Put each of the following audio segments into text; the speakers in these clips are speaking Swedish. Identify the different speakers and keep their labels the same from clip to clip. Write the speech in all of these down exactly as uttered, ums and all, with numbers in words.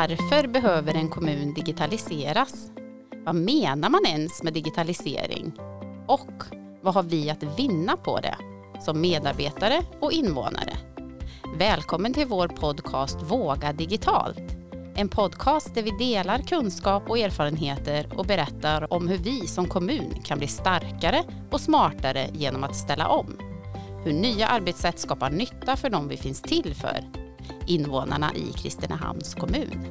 Speaker 1: Varför behöver en kommun digitaliseras? Vad menar man ens med digitalisering? Och vad har vi att vinna på det som medarbetare och invånare? Välkommen till vår podcast Våga digitalt. En podcast där vi delar kunskap och erfarenheter och berättar om hur vi som kommun kan bli starkare och smartare genom att ställa om. Hur nya arbetssätt skapar nytta för dem vi finns till för, invånarna i Kristinehamns kommun.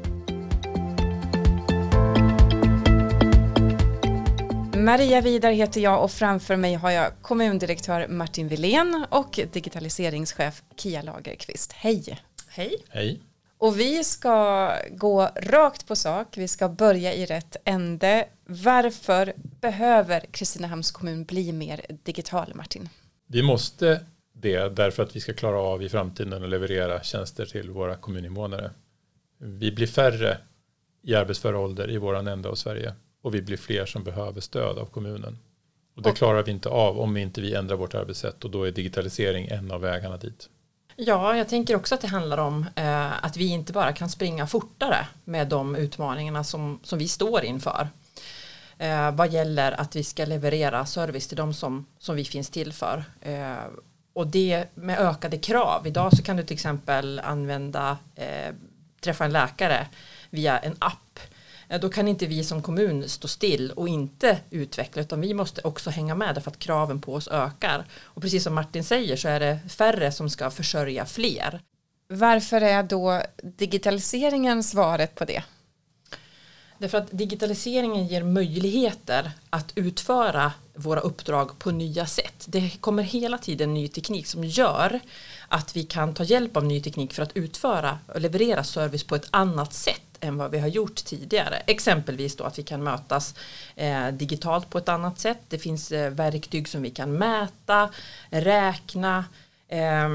Speaker 2: Maria Vidar heter jag och framför mig har jag kommundirektör Martin Wilén och digitaliseringschef Kia Lagerqvist. Hej!
Speaker 3: Hej!
Speaker 4: Hej!
Speaker 2: Och vi ska gå rakt på sak, vi ska börja i rätt ände. Varför behöver Kristinehamns kommun bli mer digital, Martin?
Speaker 4: Vi måste det därför att vi ska klara av i framtiden att leverera tjänster till våra kommuninvånare. Vi blir färre i arbetsför ålder i våran ända av Sverige och vi blir fler som behöver stöd av kommunen. Och det klarar vi inte av om inte vi ändrar vårt arbetssätt och då är digitalisering en av vägarna dit.
Speaker 3: Ja, jag tänker också att det handlar om eh, att vi inte bara kan springa fortare med de utmaningarna som, som vi står inför. Eh, vad gäller att vi ska leverera service till de som, som vi finns till för. Eh, och det med ökade krav. Idag så kan du till exempel använda, eh, träffa en läkare via en app. Eh, då kan inte vi som kommun stå still och inte utveckla, utan vi måste också hänga med därför att kraven på oss ökar. Och precis som Martin säger så är det färre som ska försörja fler.
Speaker 2: Varför är då digitaliseringen svaret på det?
Speaker 3: Därför att digitaliseringen ger möjligheter att utföra våra uppdrag på nya sätt. Det kommer hela tiden ny teknik som gör att vi kan ta hjälp av ny teknik för att utföra och leverera service på ett annat sätt än vad vi har gjort tidigare. Exempelvis då att vi kan mötas eh, digitalt på ett annat sätt. Det finns eh, verktyg som vi kan mäta, räkna, eh,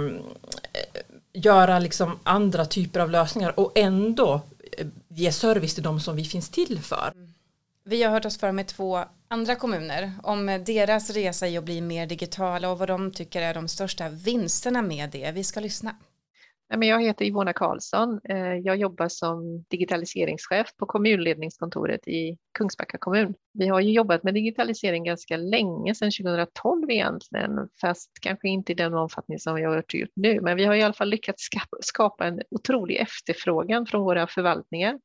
Speaker 3: göra liksom andra typer av lösningar och ändå ge service till de som vi finns till för.
Speaker 2: Vi har hört oss för med två andra kommuner om deras resa i att bli mer digitala och vad de tycker är de största vinsterna med det. Vi ska lyssna.
Speaker 5: Jag heter Ivona Karlsson. Jag jobbar som digitaliseringschef på kommunledningskontoret i Kungsbacka kommun. Vi har ju jobbat med digitalisering ganska länge, sedan tjugohundratolv egentligen, fast kanske inte i den omfattning som vi har gjort nu. Men vi har i alla fall lyckats skapa en otrolig efterfrågan från våra förvaltningar.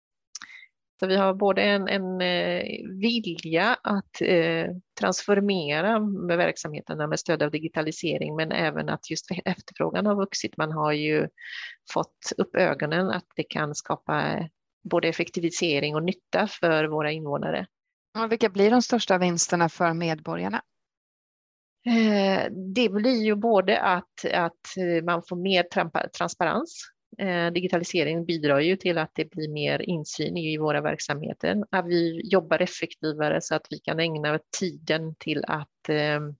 Speaker 5: Så vi har både en, en vilja att eh, transformera med verksamheterna med stöd av digitalisering, men även att just efterfrågan har vuxit. Man har ju fått upp ögonen att det kan skapa både effektivisering och nytta för våra invånare.
Speaker 6: Och vilka blir de största vinsterna för medborgarna?
Speaker 5: Eh, det blir ju både att, att man får mer transparens. Eh, digitalisering bidrar ju till att det blir mer insyn i våra verksamheter. Att vi jobbar effektivare så att vi kan ägna tiden till att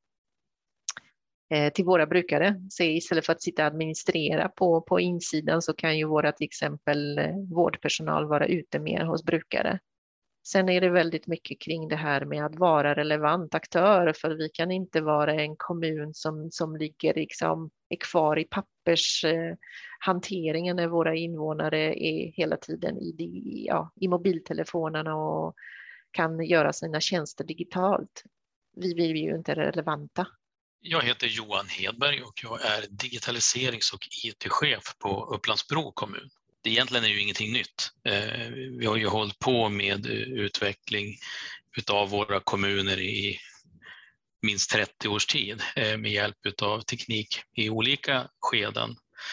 Speaker 5: eh, till våra brukare. Så istället för att sitta och administrera på, på insidan så kan ju våra till exempel vårdpersonal vara ute mer hos brukare. Sen är det väldigt mycket kring det här med att vara relevant aktör, för vi kan inte vara en kommun som, som ligger liksom, är kvar i pappershanteringen när våra invånare är hela tiden i, de, ja, i mobiltelefonerna och kan göra sina tjänster digitalt. Vi, vi är ju inte relevanta.
Speaker 7: Jag heter Johan Hedberg och jag är digitaliserings- och I T-chef på Upplandsbro kommun. Det egentligen är ju ingenting nytt. Vi har ju hållit på med utveckling utav våra kommuner i minst trettio års tid med hjälp av teknik i olika skeden.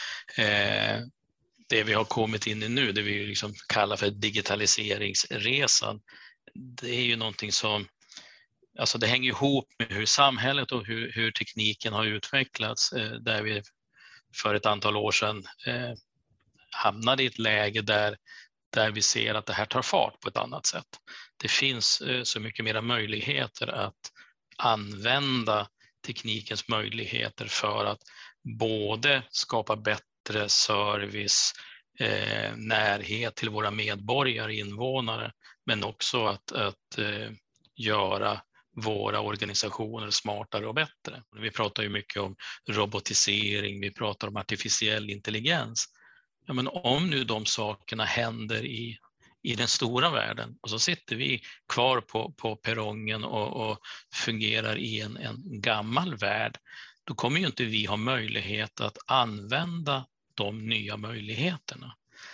Speaker 7: Det vi har kommit in i nu, det vi liksom kallar för digitaliseringsresan, det är ju någonting som, alltså det hänger ihop med hur samhället och hur, hur tekniken har utvecklats, där vi för ett antal år sedan hamnade i ett läge där, där vi ser att det här tar fart på ett annat sätt. Det finns eh, så mycket mera möjligheter att använda teknikens möjligheter för att både skapa bättre service, eh, närhet till våra medborgare, invånare, men också att, att eh, göra våra organisationer smartare och bättre. Vi pratar ju mycket om robotisering, vi pratar om artificiell intelligens. ja, men om nu de sakerna händer i, i den stora världen och så sitter vi kvar på, på perrongen och, och fungerar i en, en gammal värld, då kommer ju inte vi ha möjlighet att använda de nya möjligheterna.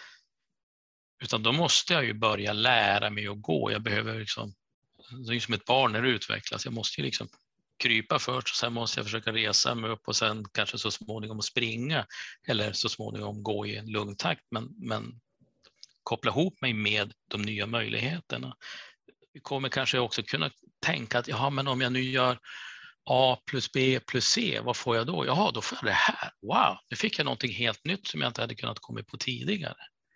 Speaker 7: Utan då måste jag ju börja lära mig att gå. Jag behöver liksom, det är som ett barn när det utvecklas. Jag måste ju liksom krypa först och sen måste jag försöka resa mig upp och sen kanske så småningom springa eller så småningom gå i en lugn takt. Men, men koppla ihop mig med de nya möjligheterna. Vi kommer kanske också kunna tänka att ja, men om jag nu gör A plus B plus C, vad får jag då? Jaha, då får jag det här. Wow, nu fick jag någonting helt nytt som jag inte hade kunnat komma på tidigare.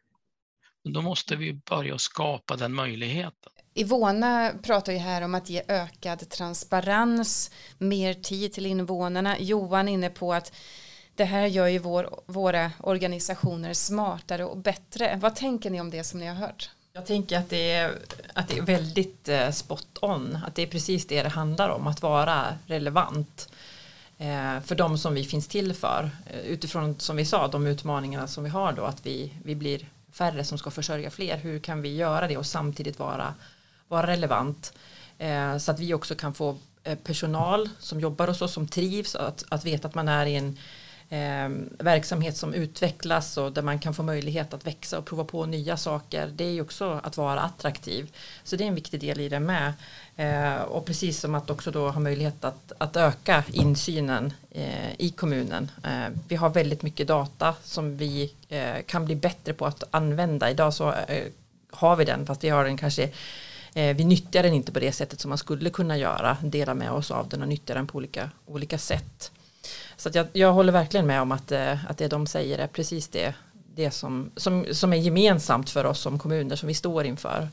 Speaker 7: Men då måste vi börja skapa den möjligheten.
Speaker 2: Ivona pratar ju här om att ge ökad transparens, mer tid till invånarna. Johan är inne på att det här gör ju vår, våra organisationer smartare och bättre. Vad tänker ni om det som ni har hört?
Speaker 3: Jag tänker att det är, att det är väldigt eh, spot on. Att det är precis det det handlar om. Att vara relevant eh, för de som vi finns till för. Eh, utifrån, som vi sa, de utmaningarna som vi har då. Att vi, vi blir färre som ska försörja fler. Hur kan vi göra det och samtidigt vara, vara relevant? Eh, så att vi också kan få eh, personal som jobbar hos oss som trivs. Att, att veta att man är i en Eh, verksamhet som utvecklas och där man kan få möjlighet att växa och prova på nya saker. Det är ju också att vara attraktiv. Så det är en viktig del i det med. Eh, och precis som att också då ha möjlighet att, att öka insynen eh, i kommunen. Eh, vi har väldigt mycket data som vi eh, kan bli bättre på att använda. Idag så eh, har vi den, fast vi har den kanske eh, vi nyttjar den inte på det sättet som man skulle kunna göra. Dela med oss av den och nyttja den på olika, olika sätt. Så att jag, jag håller verkligen med om att, att det de säger är precis det, det som, som, som är gemensamt för oss som kommuner som vi står inför.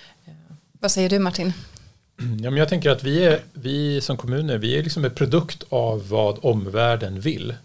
Speaker 2: Vad säger du, Martin?
Speaker 4: Ja, men jag tänker att vi, är, vi som kommuner, vi är liksom en produkt av vad omvärlden vill.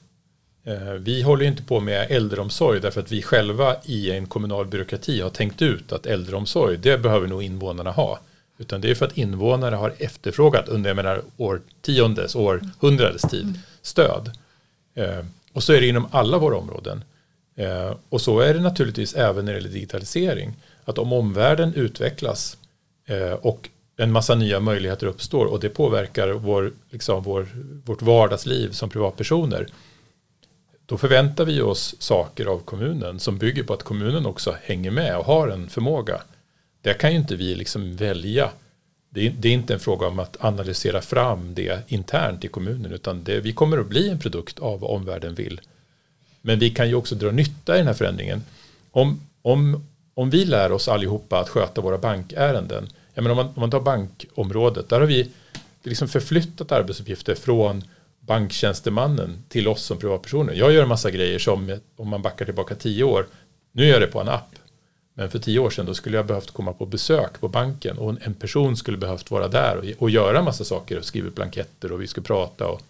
Speaker 4: Vi håller ju inte på med äldreomsorg därför att vi själva i en kommunal byråkrati har tänkt ut att äldreomsorg, det behöver nog invånarna ha. Utan det är för att invånare har efterfrågat under jag menar, årtiondes, århundradets tid stöd. Eh, och så är det inom alla våra områden. Eh, och så är det naturligtvis även när det gäller digitalisering. Att om omvärlden utvecklas eh, och en massa nya möjligheter uppstår och det påverkar vår, liksom vår, vårt vardagsliv som privatpersoner, då förväntar vi oss saker av kommunen som bygger på att kommunen också hänger med och har en förmåga. Det kan ju inte vi liksom välja. Det är, det är inte en fråga om att analysera fram det internt i kommunen utan det, vi kommer att bli en produkt av vad omvärlden vill. Men vi kan ju också dra nytta i den här förändringen. Om, om, om vi lär oss allihopa att sköta våra bankärenden, jag menar om, man, om man tar bankområdet, där har vi liksom förflyttat arbetsuppgifter från banktjänstemannen till oss som privatpersoner. Jag gör en massa grejer som om man backar tillbaka tio år, nu gör jag det på en app. Men för tio år sedan då skulle jag behövt komma på besök på banken och en person skulle behövt vara där och, och göra en massa saker och skriva blanketter och vi ska prata och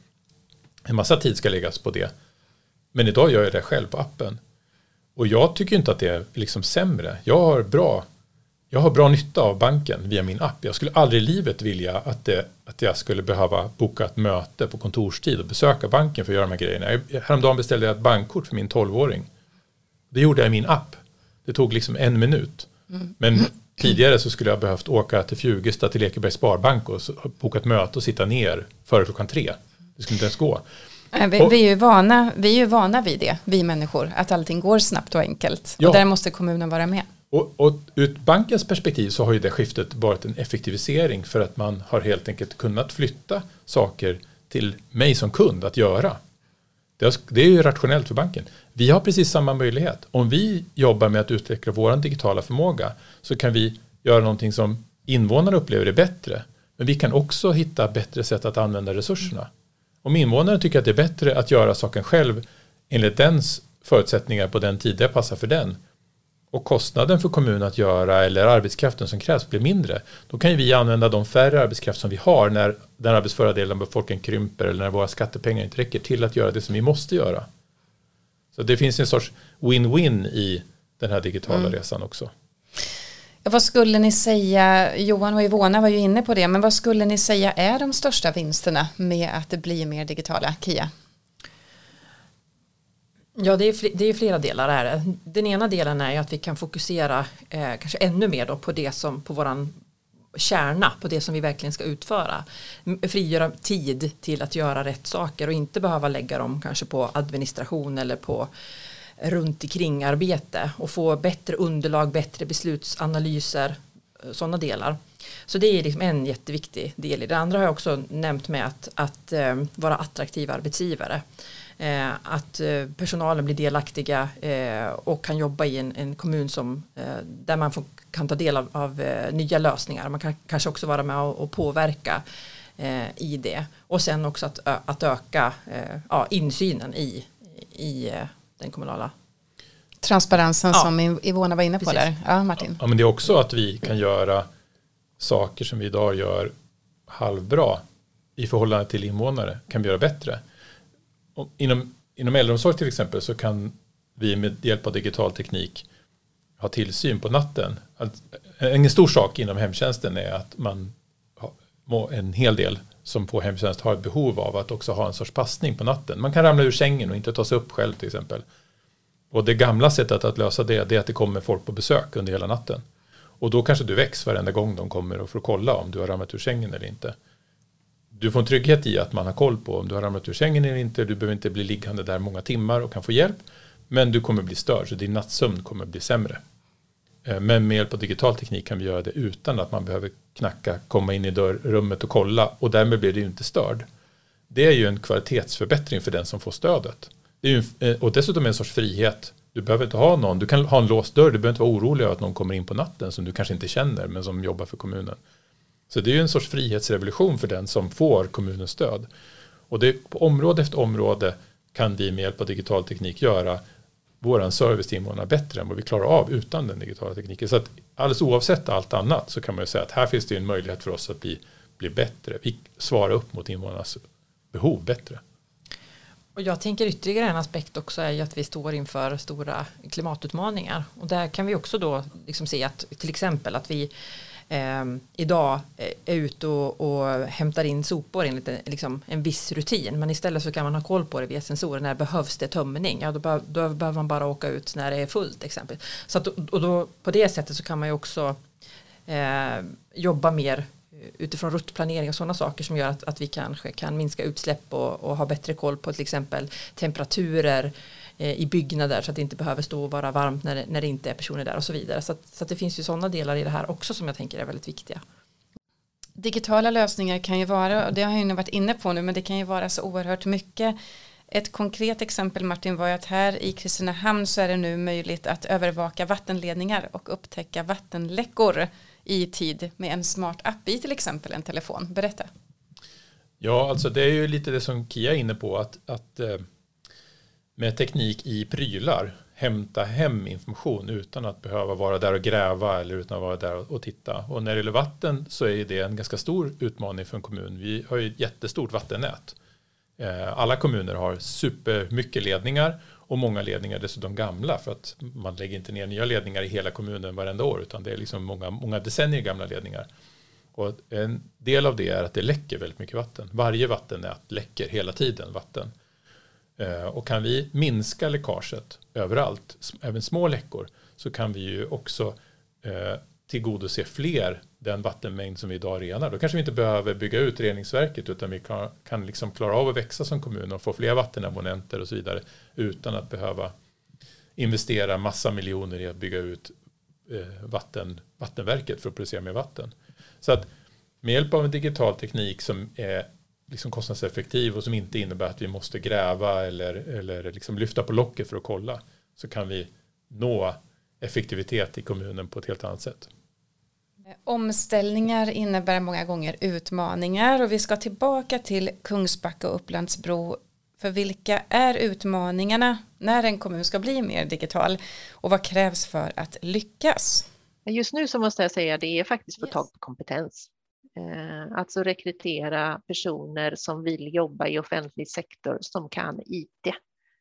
Speaker 4: en massa tid ska läggas på det. Men idag gör jag det själv på appen. Och jag tycker inte att det är liksom sämre. Jag har bra, jag har bra nytta av banken via min app. Jag skulle aldrig i livet vilja att, det, att jag skulle behöva boka ett möte på kontorstid och besöka banken för att göra de här grejerna. Häromdagen beställde jag ett bankkort för min tolvåring. Det gjorde jag i min app. Det tog liksom en minut. Mm. Men tidigare så skulle jag behövt åka till Fjugesta till Ekebergs Sparbank och boka ett möte och sitta ner före klockan tre. Det skulle inte ens gå.
Speaker 2: Vi, vi, är ju vana, vi är ju vana vid det, vi människor, att allting går snabbt och enkelt. Ja. Och där måste kommunen vara med.
Speaker 4: Och, och ur bankens perspektiv så har ju det skiftet varit en effektivisering för att man har helt enkelt kunnat flytta saker till mig som kund att göra. Det är ju rationellt för banken. Vi har precis samma möjlighet. Om vi jobbar med att utveckla vår digitala förmåga så kan vi göra någonting som invånarna upplever är bättre. Men vi kan också hitta bättre sätt att använda resurserna. Om invånarna tycker att det är bättre att göra saken själv enligt dens förutsättningar på den tid det passar för den och kostnaden för kommunen att göra eller arbetskraften som krävs blir mindre, då kan ju vi använda de färre arbetskraft som vi har när den arbetsföra delen av befolkningen krymper eller när våra skattepengar inte räcker till att göra det som vi måste göra. Så det finns en sorts win-win i den här digitala mm. resan också.
Speaker 2: Ja, vad skulle ni säga, Johan och Ivona var ju inne på det, men vad skulle ni säga är de största vinsterna med att det blir mer digitala, Kia?
Speaker 3: Ja, det är, fl- det är flera delar här. Den ena delen är att vi kan fokusera eh, kanske ännu mer då på det som på våran kärna, på det som vi verkligen ska utföra. Frigöra tid till att göra rätt saker och inte behöva lägga dem kanske på administration eller på runt omkring arbete och få bättre underlag, bättre beslutsanalyser, sådana delar. Så det är liksom en jätteviktig del i det. Andra har jag också nämnt med att, att eh, vara attraktiva arbetsgivare. Eh, att eh, personalen blir delaktiga eh, och kan jobba i en, en kommun som, eh, där man får, kan ta del av, av eh, nya lösningar. Man kan kanske också vara med och, och påverka eh, i det. Och sen också att, ö, att öka eh, ja, insynen i, i eh, den kommunala
Speaker 2: transparensen, ja, som Ivona var inne på. Precis. Där. Ja, Martin.
Speaker 4: Ja, men det är också att vi kan göra saker som vi idag gör halvbra i förhållande till invånare, kan vi göra bättre. Och inom, inom äldreomsorg till exempel så kan vi med hjälp av digital teknik ha tillsyn på natten. Att, en stor sak inom hemtjänsten är att man har en hel del som på hemtjänst har ett behov av att också ha en sorts passning på natten. Man kan ramla ur sängen och inte ta sig upp själv till exempel. Och det gamla sättet att lösa det, det är att det kommer folk på besök under hela natten. Och då kanske du väcks varenda gång de kommer och får kolla om du har ramlat ur sängen eller inte. Du får en trygghet i att man har koll på om du har ramlat ur sängen eller inte. Du behöver inte bli liggande där många timmar och kan få hjälp. Men du kommer bli störd, så din nattsömn kommer bli sämre. Men med hjälp av digital teknik kan vi göra det utan att man behöver knacka, komma in i dörrummet och kolla. Och därmed blir det ju inte störd. Det är ju en kvalitetsförbättring för den som får stödet. Det är ju, och dessutom en sorts frihet. Du behöver inte ha någon, du kan ha en låst dörr, du behöver inte vara orolig över att någon kommer in på natten som du kanske inte känner men som jobbar för kommunen. Så det är ju en sorts frihetsrevolution för den som får kommunens stöd. Och det, på område efter område kan vi med hjälp av digital teknik göra våran service till invånarna bättre än vad vi klarar av utan den digitala tekniken. Så att alldeles oavsett allt annat så kan man ju säga att här finns det en möjlighet för oss att bli, bli bättre. Vi svarar upp mot invånarnas behov bättre.
Speaker 3: Och jag tänker ytterligare en aspekt också är ju att vi står inför stora klimatutmaningar. Och där kan vi också då liksom se att till exempel att vi eh, idag är ute och, och hämtar in sopor enligt en, liksom en viss rutin. Men istället så kan man ha koll på det via sensorer. När behövs det tömning? Ja, då, be, då behöver man bara åka ut när det är fullt exempel. Så att, och då, på det sättet så kan man ju också eh, jobba mer utifrån ruttplanering och sådana saker som gör att, att vi kanske kan minska utsläpp och, och ha bättre koll på till exempel temperaturer eh, i byggnader så att det inte behöver stå och vara varmt när, när det inte är personer där och så vidare. Så, att, så att det finns ju sådana delar i det här också som jag tänker är väldigt viktiga.
Speaker 2: Digitala lösningar kan ju vara, och det har jag ju varit inne på nu, men det kan ju vara så oerhört mycket. Ett konkret exempel, Martin, var ju att här i Kristinehamn så är det nu möjligt att övervaka vattenledningar och upptäcka vattenläckor i tid med en smart app i till exempel en telefon. Berätta.
Speaker 4: Ja, alltså det är ju lite det som Kia är inne på, att, att med teknik i prylar hämta hem information utan att behöva vara där och gräva eller utan att vara där och titta. Och när det gäller vatten så är det en ganska stor utmaning för en kommun. Vi har ju ett jättestort vattennät. Alla kommuner har supermycket ledningar och många ledningar dessutom gamla, för att man lägger inte ner nya ledningar i hela kommunen varenda år, utan det är liksom många, många decennier gamla ledningar. Och en del av det är att det läcker väldigt mycket vatten. Varje vattennät läcker hela tiden vatten. Och kan vi minska läckaget överallt, även små läckor, så kan vi ju också tillgodose fler den vattenmängd som vi idag renar. Då kanske vi inte behöver bygga ut reningsverket, utan vi kan, kan liksom klara av att växa som kommun och få fler vattenabonnenter och så vidare utan att behöva investera massa miljoner i att bygga ut eh, vatten, vattenverket för att producera mer vatten. Så att med hjälp av en digital teknik som är liksom kostnadseffektiv och som inte innebär att vi måste gräva eller, eller liksom lyfta på locket för att kolla, så kan vi nå effektivitet i kommunen på ett helt annat sätt.
Speaker 2: Omställningar innebär många gånger utmaningar, och vi ska tillbaka till Kungsbacka och Upplandsbro. För vilka är utmaningarna när en kommun ska bli mer digital, och vad krävs för att lyckas?
Speaker 5: Just nu så måste jag säga att det är faktiskt få
Speaker 2: Yes.
Speaker 5: tag på kompetens. Eh, alltså rekrytera personer som vill jobba i offentlig sektor som kan I T.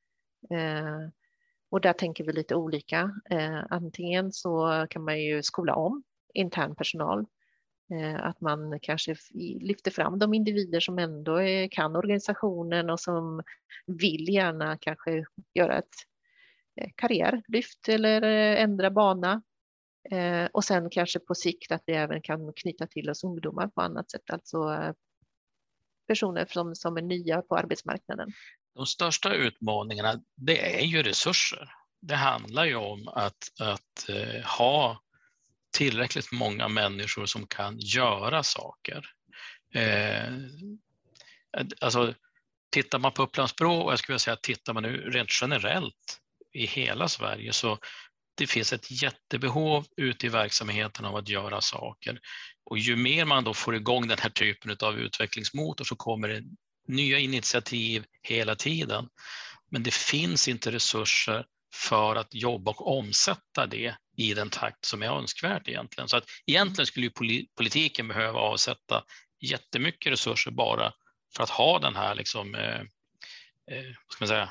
Speaker 5: Eh, och där tänker vi lite olika. Eh, antingen så kan man ju skola om intern personal Att man kanske lyfter fram de individer som ändå är, kan organisationen och som vill gärna kanske göra ett karriärlyft eller ändra bana. Och sen kanske på sikt att vi även kan knyta till oss ungdomar på annat sätt. Alltså personer som, som är nya på arbetsmarknaden.
Speaker 7: De största utmaningarna, det är ju resurser. Det handlar ju om att, att eh, ha tillräckligt många människor som kan göra saker. Eh, alltså, tittar man på Upplands-Bro, och jag skulle vilja säga att tittar man nu rent generellt i hela Sverige, så det finns ett jättebehov ute i verksamheten av att göra saker. Och ju mer man då får igång den här typen av utvecklingsmotor, så kommer det nya initiativ hela tiden. Men det finns inte resurser för att jobba och omsätta det i den takt som är önskvärt egentligen. Så att egentligen skulle ju politiken behöva avsätta jättemycket resurser bara för att ha den här liksom, eh, eh, vad ska man säga,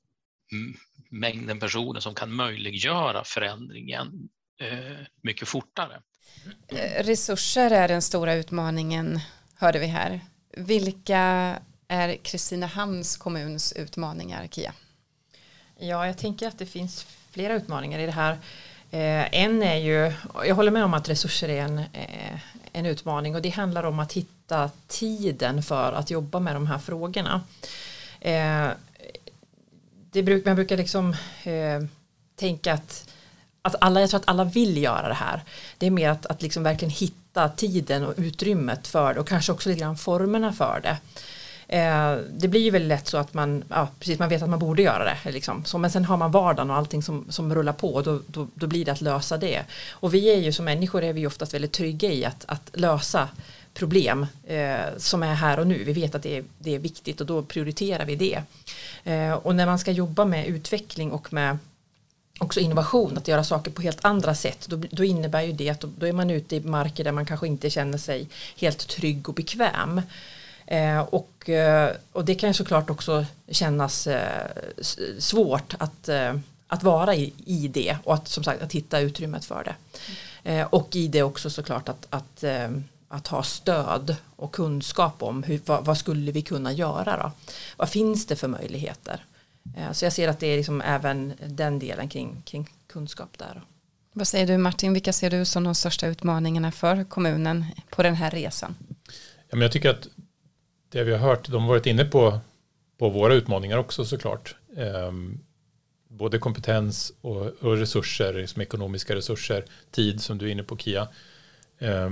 Speaker 7: mängden personer som kan möjliggöra förändringen eh, mycket fortare.
Speaker 2: Resurser är den stora utmaningen, hörde vi här. Vilka är Kristinehamns kommuns utmaningar, Kia?
Speaker 3: Ja, jag tänker att det finns flera utmaningar i det här. Eh, en är ju, jag håller med om att resurser är en, eh, en utmaning, och det handlar om att hitta tiden för att jobba med de här frågorna. Eh, det bruk, man brukar liksom eh, tänka att, att alla, jag tror att alla vill göra det här. Det är mer att, att liksom verkligen hitta tiden och utrymmet för det, och kanske också lite grann formerna för det. Eh, det blir ju väldigt lätt så att man, ja, precis, man vet att man borde göra det. Liksom. Så, men sen har man vardagen och allting som, som rullar på, och då, då, då blir det att lösa det. Och vi är ju som människor är vi oftast väldigt trygga i att, att lösa problem eh, som är här och nu. Vi vet att det är, det är viktigt, och då prioriterar vi det. Eh, och när man ska jobba med utveckling och med också innovation, att göra saker på helt andra sätt, då, då innebär ju det att då, då är man ute i marker där man kanske inte känner sig helt trygg och bekväm. Eh, och, eh, och det kan ju såklart också kännas eh, svårt att, eh, att vara i, i det, och att, som sagt, att hitta utrymmet för det. Eh, och i det också såklart att, att, eh, att ha stöd och kunskap om hur, vad, vad skulle vi kunna göra då? Vad finns det för möjligheter? Eh, så jag ser att det är liksom även den delen kring, kring kunskap där.
Speaker 2: Vad säger du, Martin? Vilka ser du som de största utmaningarna för kommunen på den här resan?
Speaker 4: Ja, men jag tycker att det vi har hört, de har varit inne på, på våra utmaningar också såklart. Eh, både kompetens och, och resurser, som ekonomiska resurser, tid som du är inne på, Kia. Eh,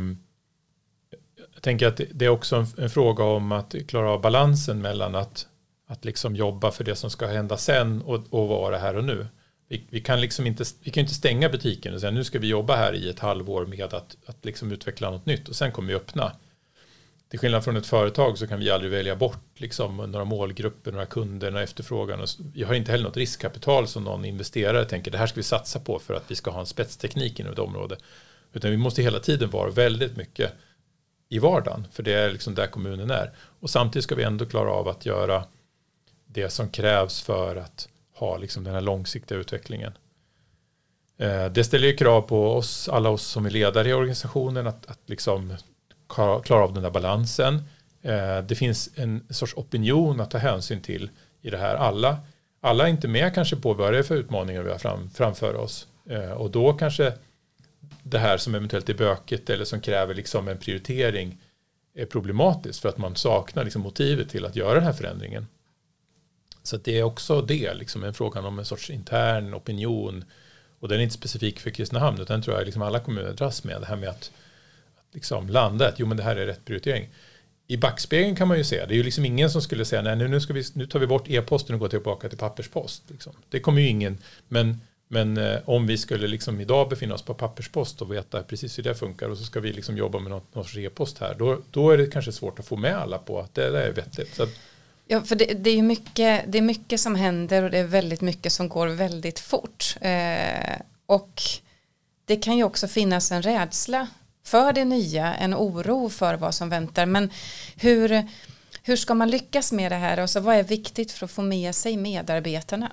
Speaker 4: jag tänker att det, det är också en, en fråga om att klara av balansen mellan att, att liksom jobba för det som ska hända sen och, och vara här och nu. Vi, vi kan liksom inte, vi kan inte stänga butiken och säga nu ska vi jobba här i ett halvår med att, att liksom utveckla något nytt, och sen kommer vi öppna. Till skillnad från ett företag så kan vi aldrig välja bort liksom några målgrupper, några kunder, några efterfrågan. Och vi har inte heller något riskkapital som någon investerare tänker det här ska vi satsa på för att vi ska ha en spetsteknik inom ett område. Utan vi måste hela tiden vara väldigt mycket i vardagen, för det är liksom där kommunen är. Och samtidigt ska vi ändå klara av att göra det som krävs för att ha liksom den här långsiktiga utvecklingen. Det ställer ju krav på oss, alla oss som är ledare i organisationen, att, att liksom klara av den där balansen. Det finns en sorts opinion att ta hänsyn till i det här. Alla, alla är inte med kanske på vad det är för utmaningar vi har fram, framför oss. Och då kanske det här som eventuellt är bökigt eller som kräver liksom en prioritering är problematiskt, för att man saknar liksom motivet till att göra den här förändringen. Så det är också det, liksom en fråga om en sorts intern opinion, och den är inte specifik för Kristinehamn, utan tror jag liksom alla kommuner dras med det här med att, att liksom landa att jo, men det här är rätt prioritering. I backspegeln kan man ju se, det är ju liksom ingen som skulle säga nej, nu, nu, ska vi, nu tar vi bort e-posten och går tillbaka till papperspost. Liksom. Det kommer ju ingen, men, men eh, om vi skulle liksom idag befinna oss på papperspost och veta precis hur det funkar, och så ska vi liksom jobba med något, något e-post här, då, då är det kanske svårt att få med alla på att det, det är vettigt. Så att,
Speaker 2: ja, för det, det är ju mycket, det är mycket som händer, och det är väldigt mycket som går väldigt fort. Eh, och det kan ju också finnas en rädsla för det nya, en oro för vad som väntar. Men hur, hur ska man lyckas med det här? Och så vad är viktigt för att få med sig medarbetarna?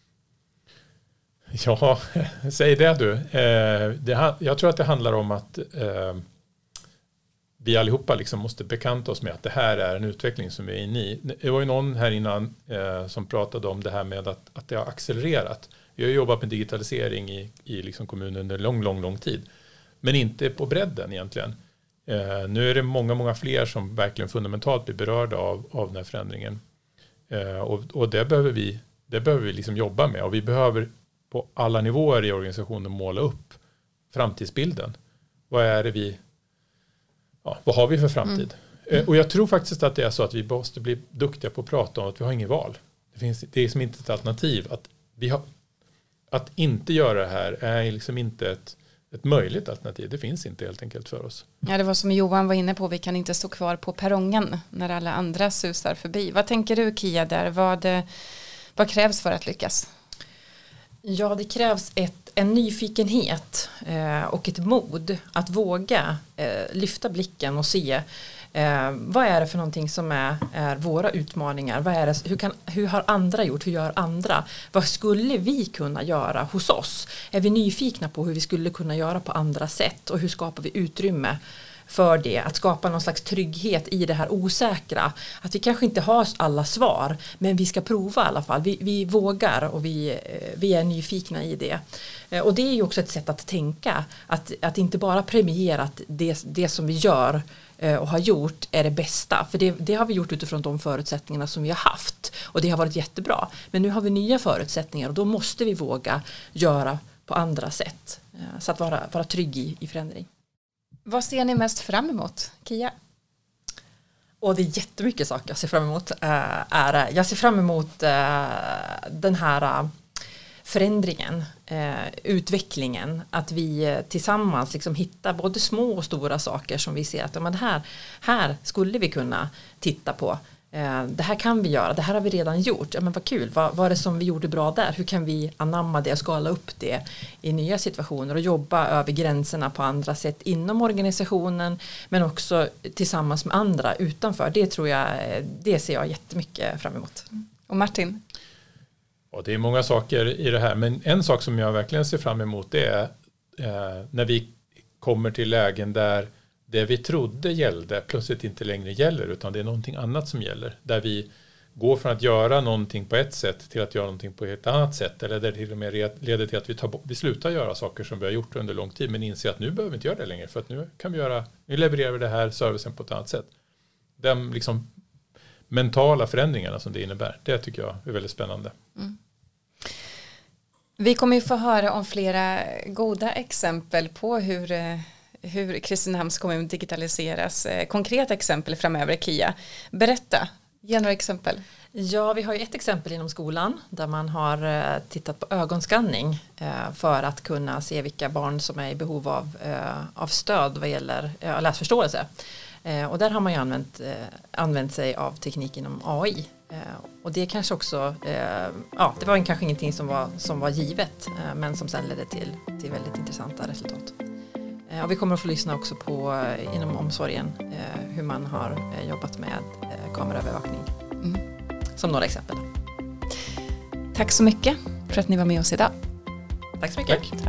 Speaker 4: Ja, säg det du. Eh, det, jag tror att det handlar om att eh, vi allihopa liksom måste bekanta oss med att det här är en utveckling som vi är inne i. Det var ju någon här innan eh, som pratade om det här med att, att det har accelererat. Vi har jobbat med digitalisering i, i liksom kommunen under lång, lång, lång tid. Men inte på bredden egentligen. Eh, nu är det många, många fler som verkligen fundamentalt blir berörda av, av den här förändringen. Eh, och och det behöver vi, det behöver vi liksom jobba med. Och vi behöver på alla nivåer i organisationen måla upp framtidsbilden. Vad är det vi... Ja, vad har vi för framtid? Mm. Eh, och jag tror faktiskt att det är så att vi måste bli duktiga på att prata om att vi har inget val. Det, finns, det är som inte ett alternativ. Att, vi har, att inte göra det här är liksom inte ett, ett möjligt alternativ. Det finns inte helt enkelt för oss.
Speaker 2: Ja, det var som Johan var inne på. Vi kan inte stå kvar på perrongen när alla andra susar förbi. Vad tänker du, Kia, där? Vad, vad krävs för att lyckas?
Speaker 3: Ja, det krävs ett, en nyfikenhet eh, och ett mod att våga eh, lyfta blicken och se eh, vad är det för någonting som är, är våra utmaningar. Vad är det, hur, kan, hur har andra gjort? Hur gör andra? Vad skulle vi kunna göra hos oss? Är vi nyfikna på hur vi skulle kunna göra på andra sätt? Och hur skapar vi utrymme för det? Att skapa någon slags trygghet i det här osäkra. Att vi kanske inte har alla svar, men vi ska prova i alla fall. Vi, vi vågar och vi, vi är nyfikna i det. Och det är ju också ett sätt att tänka. Att, att inte bara premiera att det, det som vi gör och har gjort är det bästa. För det, det har vi gjort utifrån de förutsättningarna som vi har haft. Och det har varit jättebra. Men nu har vi nya förutsättningar och då måste vi våga göra på andra sätt. Så att vara, vara trygg i, i förändring.
Speaker 2: Vad ser ni mest fram emot, Kia?
Speaker 3: Och det är jättemycket saker jag ser fram emot. Uh, är, jag ser fram emot uh, den här uh, förändringen, uh, utvecklingen. Att vi uh, tillsammans liksom hittar både små och stora saker som vi ser att men det här, här skulle vi kunna titta på. Det här kan vi göra, det här har vi redan gjort. Ja, men vad kul, vad, vad är det som vi gjorde bra där? Hur kan vi anamma det och skala upp det i nya situationer och jobba över gränserna på andra sätt inom organisationen men också tillsammans med andra utanför. Det tror jag, det ser jag jättemycket fram emot.
Speaker 2: Och Martin?
Speaker 4: Ja, det är många saker i det här, men en sak som jag verkligen ser fram emot det är eh, när vi kommer till lägen där det vi trodde gällde plötsligt inte längre gäller utan det är någonting annat som gäller. Där vi går från att göra någonting på ett sätt till att göra någonting på ett annat sätt. Eller där det till och med leder till att vi, tar, vi slutar göra saker som vi har gjort under lång tid men inser att nu behöver vi inte göra det längre för att nu kan vi göra, nu levererar vi det här servicen på ett annat sätt. De liksom mentala förändringarna som det innebär, det tycker jag är väldigt spännande. Mm.
Speaker 2: Vi kommer ju få höra om flera goda exempel på hur hur Kristinehamns kommun digitaliseras. Konkreta exempel framöver, Kia. Berätta, ge några exempel.
Speaker 3: Ja, vi har ju ett exempel inom skolan där man har tittat på ögonskanning för att kunna se vilka barn som är i behov av, av stöd vad gäller läsförståelse. Och där har man ju använt, använt sig av teknik inom A I. Och det kanske också, ja, det var kanske ingenting som var, som var givet men som sedan ledde till, till väldigt intressanta resultat. Och vi kommer att få lyssna också på inom omsorgen hur man har jobbat med kameraövervakning. Mm. Som några exempel.
Speaker 2: Tack så mycket för att ni var med oss idag.
Speaker 3: Tack så mycket.
Speaker 4: Tack.
Speaker 2: Tack.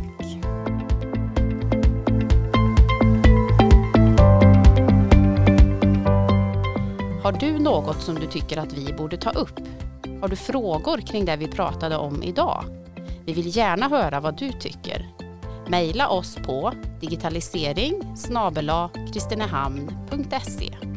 Speaker 1: Har du något som du tycker att vi borde ta upp? Har du frågor kring det vi pratade om idag? Vi vill gärna höra vad du tycker. Maila oss på digitalisering snabel-a kristinehamn punkt se.